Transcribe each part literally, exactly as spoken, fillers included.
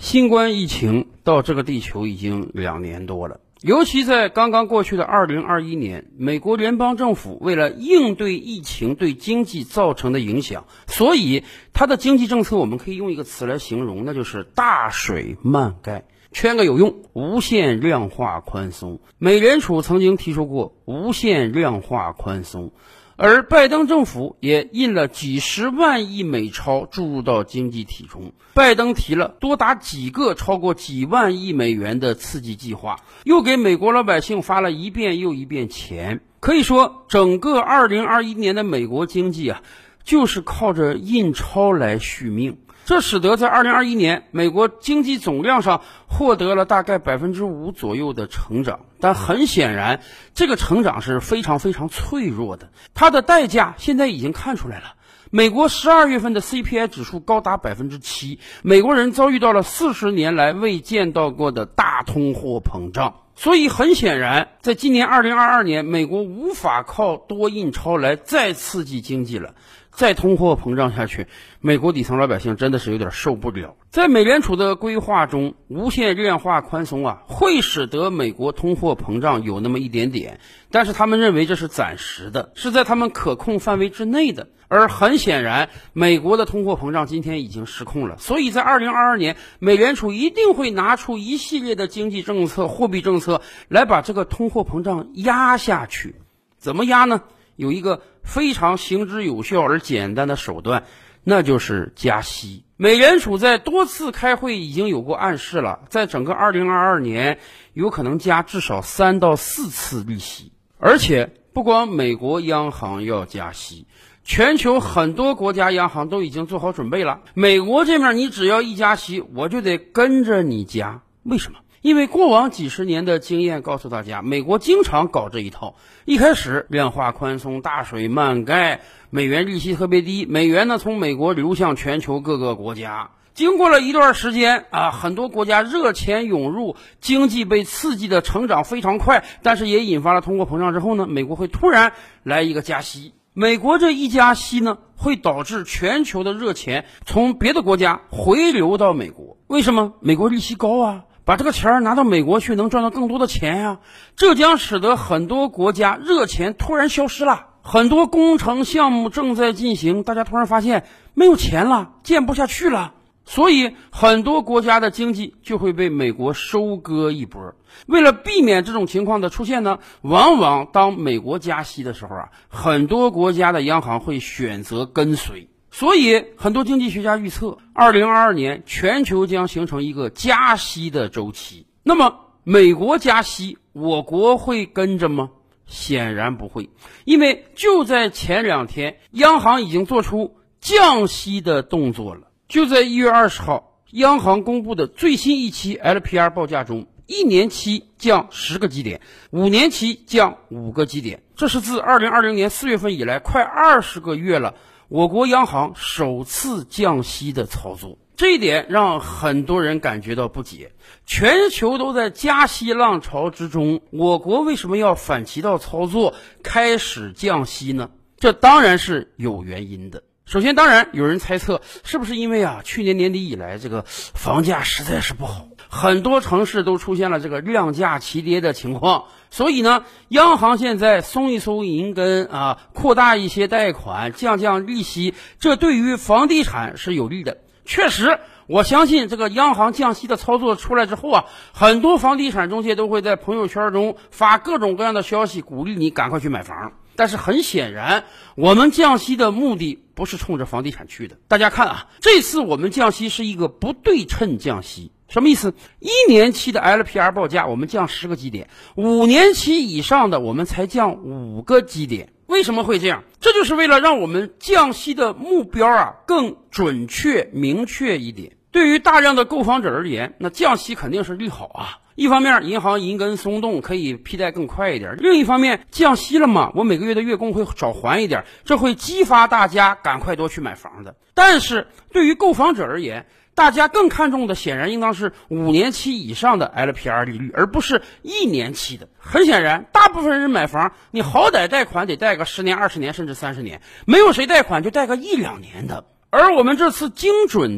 新冠疫情到这个地球已经两年多了，尤其在刚刚过去的二零二一年，美国联邦政府为了应对疫情对经济造成的影响，所以它的经济政策我们可以用一个词来形容，那就是大水漫盖。圈个有用，无限量化宽松。美联储曾经提出过无限量化宽松，而拜登政府也印了几十万亿美钞注入到经济体中。拜登提了多达几个超过几万亿美元的刺激计划，又给美国老百姓发了一遍又一遍钱。可以说，整个二零二一年的美国经济啊，就是靠着印钞来续命。这使得在二零二一年美国经济总量上获得了大概百分之五左右的成长，但很显然这个成长是非常非常脆弱的，它的代价现在已经看出来了。美国十二月份的 C P I 指数高达百分之七，美国人遭遇到了四十年来未见到过的大通货膨胀。所以很显然，在今年二零二二年，美国无法靠多印钞来再刺激经济了。再通货膨胀下去，美国底层老百姓真的是有点受不了。在美联储的规划中，无限量化宽松啊，会使得美国通货膨胀有那么一点点，但是他们认为这是暂时的，是在他们可控范围之内的。而很显然，美国的通货膨胀今天已经失控了，所以在二零二二年，美联储一定会拿出一系列的经济政策、货币政策来把这个通货膨胀压下去。怎么压呢？有一个非常行之有效而简单的手段，那就是加息。美联储在多次开会已经有过暗示了，在整个二零二二年有可能加至少三到四次利息。而且不光美国央行要加息，全球很多国家央行都已经做好准备了。美国这面你只要一加息，我就得跟着你加。为什么？因为过往几十年的经验告诉大家，美国经常搞这一套。一开始量化宽松，大水漫盖，美元利息特别低，美元呢从美国流向全球各个国家。经过了一段时间啊，很多国家热钱涌入，经济被刺激的成长非常快，但是也引发了通货膨胀之后呢，美国会突然来一个加息。美国这一加息呢，会导致全球的热钱从别的国家回流到美国。为什么？美国利息高啊，把这个钱拿到美国去能赚到更多的钱呀、啊，这将使得很多国家热钱突然消失了，很多工程项目正在进行，大家突然发现没有钱了，建不下去了，所以很多国家的经济就会被美国收割一波。为了避免这种情况的出现呢，往往当美国加息的时候啊，很多国家的央行会选择跟随。所以很多经济学家预测二零二二年全球将形成一个加息的周期。那么美国加息，我国会跟着吗？显然不会，因为就在前两天，央行已经做出降息的动作了。就在一月二十号，央行公布的最新一期 L P R 报价中，一年期降十个基点，五年期降五个基点，这是自二零二零年四月份以来快二十个月了，我国央行首次降息的操作。这一点让很多人感觉到不解，全球都在加息浪潮之中，我国为什么要反其道操作，开始降息呢？这当然是有原因的。首先，当然有人猜测，是不是因为啊，去年年底以来这个房价实在是不好，很多城市都出现了这个量价齐跌的情况，所以呢，央行现在松一松银根啊，扩大一些贷款，降降利息，这对于房地产是有利的。确实，我相信这个央行降息的操作出来之后啊，很多房地产中介都会在朋友圈中发各种各样的消息，鼓励你赶快去买房。但是很显然，我们降息的目的不是冲着房地产去的。大家看啊，这次我们降息是一个不对称降息。什么意思？一年期的 L P R 报价我们降十个基点，五年期以上的我们才降五个基点。为什么会这样？这就是为了让我们降息的目标啊更准确明确一点。对于大量的购房者而言，那降息肯定是利好啊。一方面银行银根松动，可以批贷更快一点，另一方面降息了嘛，我每个月的月供会少还一点，这会激发大家赶快多去买房的。但是对于购房者而言，大家更看重的显然应当是五年期以上的 L P R 利率，而不是一年期的。很显然，大部分人买房，你好歹贷款得贷个十年、二十年甚至三十年，没有谁贷款就贷个一两年的。而我们这次精准的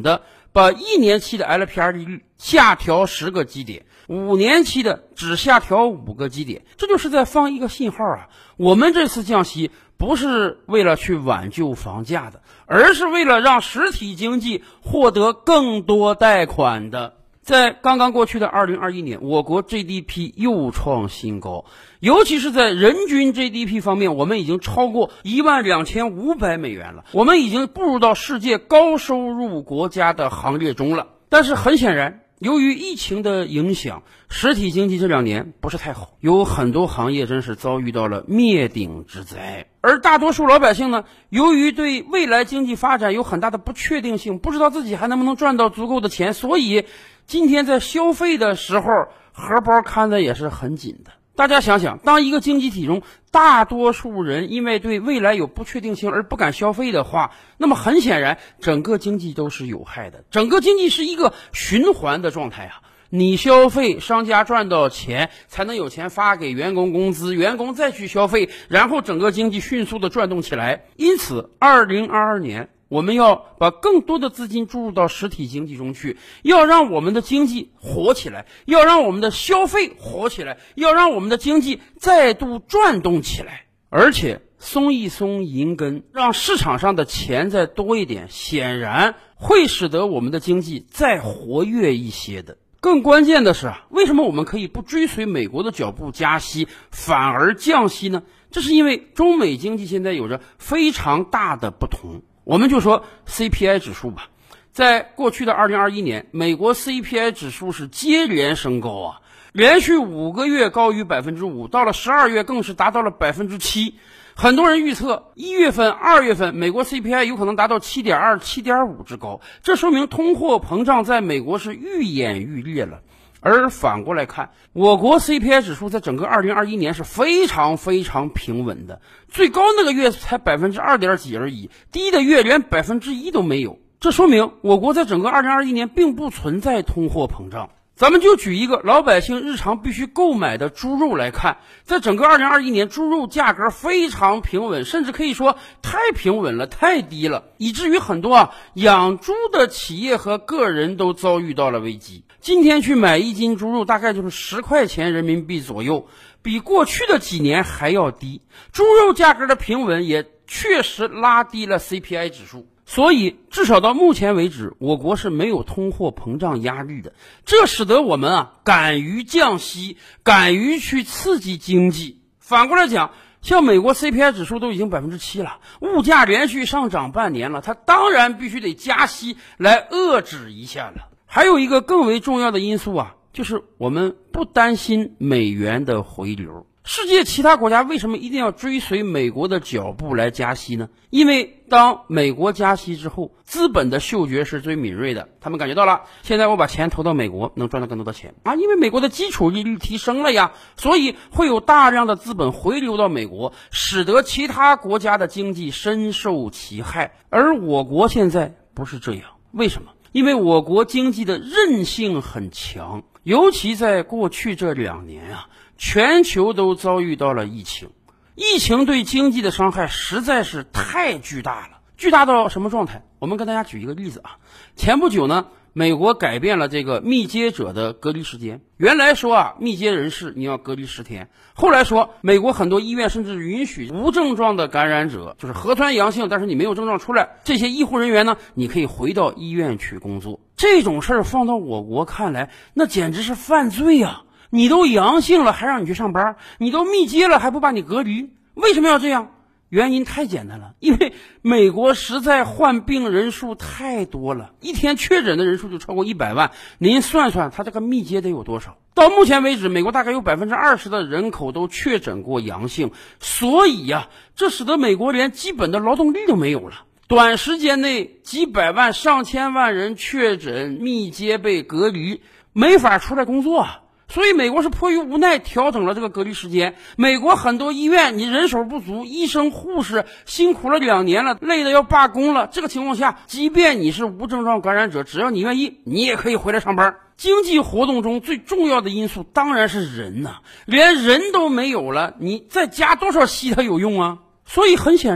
把一年期的 L P R 利率下调十个基点，五年期的只下调五个基点，这就是在放一个信号啊，我们这次降息不是为了去挽救房价的，而是为了让实体经济获得更多贷款的。在刚刚过去的二零二一年，我国 G D P 又创新高，尤其是在人均 G D P 方面，我们已经超过一万两千五百美元了，我们已经步入到世界高收入国家的行列中了。但是很显然，由于疫情的影响，实体经济这两年不是太好，有很多行业真是遭遇到了灭顶之灾。而大多数老百姓呢，由于对未来经济发展有很大的不确定性，不知道自己还能不能赚到足够的钱，所以今天在消费的时候，荷包看的也是很紧的。大家想想，当一个经济体中大多数人因为对未来有不确定性而不敢消费的话，那么很显然整个经济都是有害的，整个经济是一个循环的状态啊。你消费，商家赚到钱，才能有钱发给员工工资，员工再去消费，然后整个经济迅速的转动起来。因此二零二二年我们要把更多的资金注入到实体经济中去，要让我们的经济活起来，要让我们的消费活起来，要让我们的经济再度转动起来。而且松一松银根，让市场上的钱再多一点，显然会使得我们的经济再活跃一些的。更关键的是啊，为什么我们可以不追随美国的脚步加息，反而降息呢？这是因为中美经济现在有着非常大的不同。我们就说 C P I 指数吧，在过去的二零二一年，美国 C P I 指数是接连升高啊，连续五个月高于 百分之五， 到了十二月更是达到了 百分之七。很多人预测一月份、二月份美国 C P I 有可能达到 七点二、七点五 之高，这说明通货膨胀在美国是愈演愈烈了。而反过来看，我国 C P I 指数在整个二零二一年是非常非常平稳的，最高那个月才 百分之二点几 而已，低的月连 百分之一 都没有。这说明我国在整个二零二一年并不存在通货膨胀。咱们就举一个老百姓日常必须购买的猪肉来看，在整个二零二一年，猪肉价格非常平稳，甚至可以说太平稳了，太低了，以至于很多啊养猪的企业和个人都遭遇到了危机。今天去买一斤猪肉大概就是十块钱人民币左右，比过去的几年还要低。猪肉价格的平稳也确实拉低了 C P I 指数。所以至少到目前为止，我国是没有通货膨胀压力的，这使得我们啊敢于降息，敢于去刺激经济。反过来讲，像美国 C P I 指数都已经 百分之七 了，物价连续上涨半年了，它当然必须得加息来遏制一下了。还有一个更为重要的因素啊，就是我们不担心美元的回流。世界其他国家为什么一定要追随美国的脚步来加息呢？因为当美国加息之后，资本的嗅觉是最敏锐的，他们感觉到了，现在我把钱投到美国能赚到更多的钱啊，因为美国的基础利率提升了呀，所以会有大量的资本回流到美国，使得其他国家的经济深受其害。而我国现在不是这样，为什么？因为我国经济的韧性很强，尤其在过去这两年啊，全球都遭遇到了疫情，疫情对经济的伤害实在是太巨大了，巨大到什么状态？我们跟大家举一个例子啊，前不久呢，美国改变了这个密接者的隔离时间，原来说啊，密接人士你要隔离十天，后来说美国很多医院甚至允许无症状的感染者，就是核酸阳性但是你没有症状出来，这些医护人员呢，你可以回到医院去工作。这种事儿放到我国看来，那简直是犯罪啊！你都阳性了还让你去上班，你都密接了还不把你隔离，为什么要这样？原因太简单了，因为美国实在患病人数太多了，一天确诊的人数就超过一百万，您算算他这个密接得有多少？到目前为止，美国大概有 百分之二十 的人口都确诊过阳性，所以呀、啊，这使得美国连基本的劳动力都没有了。短时间内几百万上千万人确诊密接被隔离，没法出来工作啊。所以美国是迫于无奈调整了这个隔离时间。美国很多医院你人手不足，医生护士辛苦了两年了，累得要罢工了，这个情况下，即便你是无症状感染者，只要你愿意，你也可以回来上班。经济活动中最重要的因素当然是人呐、啊，连人都没有了，你再加多少息它有用啊？所以很显然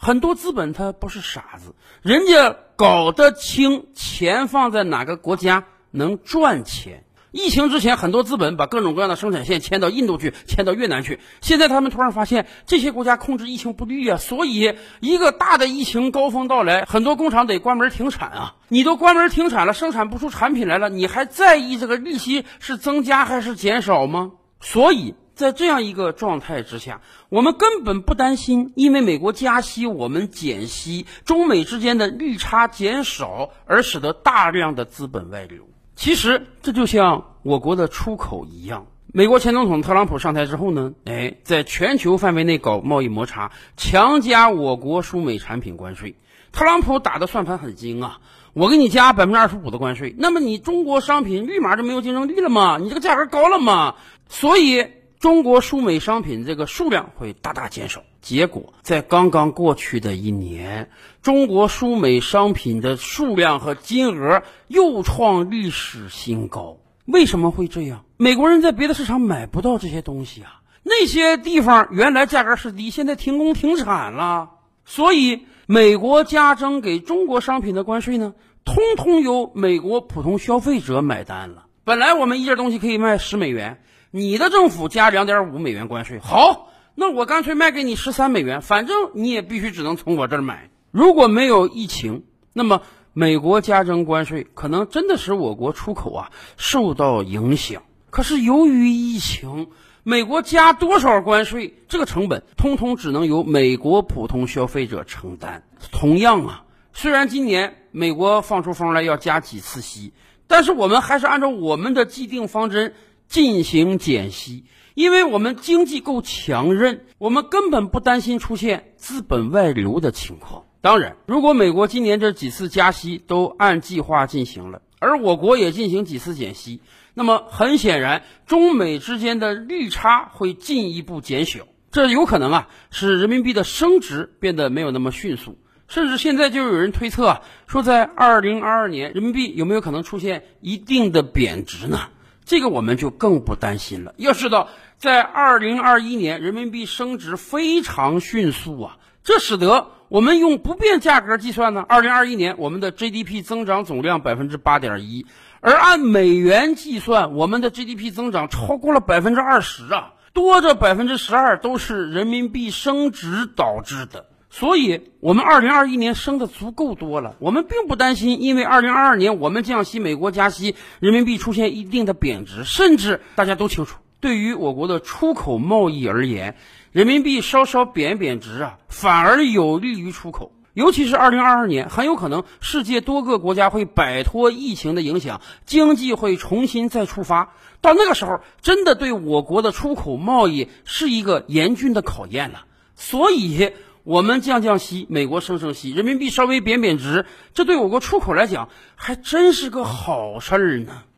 很多资本他不是傻子，人家搞得清钱放在哪个国家能赚钱。疫情之前，很多资本把各种各样的生产线迁到印度去，迁到越南去。现在他们突然发现这些国家控制疫情不利啊，所以一个大的疫情高峰到来，很多工厂得关门停产啊。你都关门停产了，生产不出产品来了，你还在意这个利息是增加还是减少吗？所以在这样一个状态之下，我们根本不担心因为美国加息我们减息，中美之间的利差减少而使得大量的资本外流。其实这就像我国的出口一样，美国前总统特朗普上台之后呢，哎，在全球范围内搞贸易摩擦，强加我国输美产品关税。特朗普打的算盘很精啊，我给你加 百分之二十五 的关税，那么你中国商品立马就没有竞争力了嘛，你这个价格高了嘛，所以中国输美商品这个数量会大大减少。结果在刚刚过去的一年，中国输美商品的数量和金额又创历史新高。为什么会这样？美国人在别的市场买不到这些东西啊，那些地方原来价格是低，现在停工停产了，所以美国加征给中国商品的关税呢，通通由美国普通消费者买单了。本来我们一件东西可以卖十美元，你的政府加 两点五 美元关税，好，那我干脆卖给你十三美元，反正你也必须只能从我这儿买。如果没有疫情，那么美国加征关税可能真的使我国出口啊受到影响。可是由于疫情，美国加多少关税，这个成本通通只能由美国普通消费者承担。同样啊，虽然今年美国放出风来要加几次息，但是我们还是按照我们的既定方针进行减息，因为我们经济够强韧，我们根本不担心出现资本外流的情况。当然，如果美国今年这几次加息都按计划进行了，而我国也进行几次减息，那么很显然中美之间的利差会进一步减小，这有可能啊使人民币的升值变得没有那么迅速。甚至现在就有人推测啊，说在二零二二年人民币有没有可能出现一定的贬值呢？这个我们就更不担心了。要知道在二零二一年人民币升值非常迅速啊，这使得我们用不变价格计算呢，二零二一年我们的 G D P 增长总量 百分之八点一， 而按美元计算我们的 G D P 增长超过了 百分之二十 啊，多着 百分之十二 都是人民币升值导致的。所以我们二零二一年升的足够多了，我们并不担心因为二零二二年我们降息，美国加息，人民币出现一定的贬值。甚至大家都清楚，对于我国的出口贸易而言，人民币稍稍贬贬值啊，反而有利于出口。尤其是二零二二年，很有可能世界多个国家会摆脱疫情的影响，经济会重新再出发。到那个时候，真的对我国的出口贸易是一个严峻的考验了。所以我们降降息，美国升升息，人民币稍微贬贬值，这对我国出口来讲还真是个好事儿呢。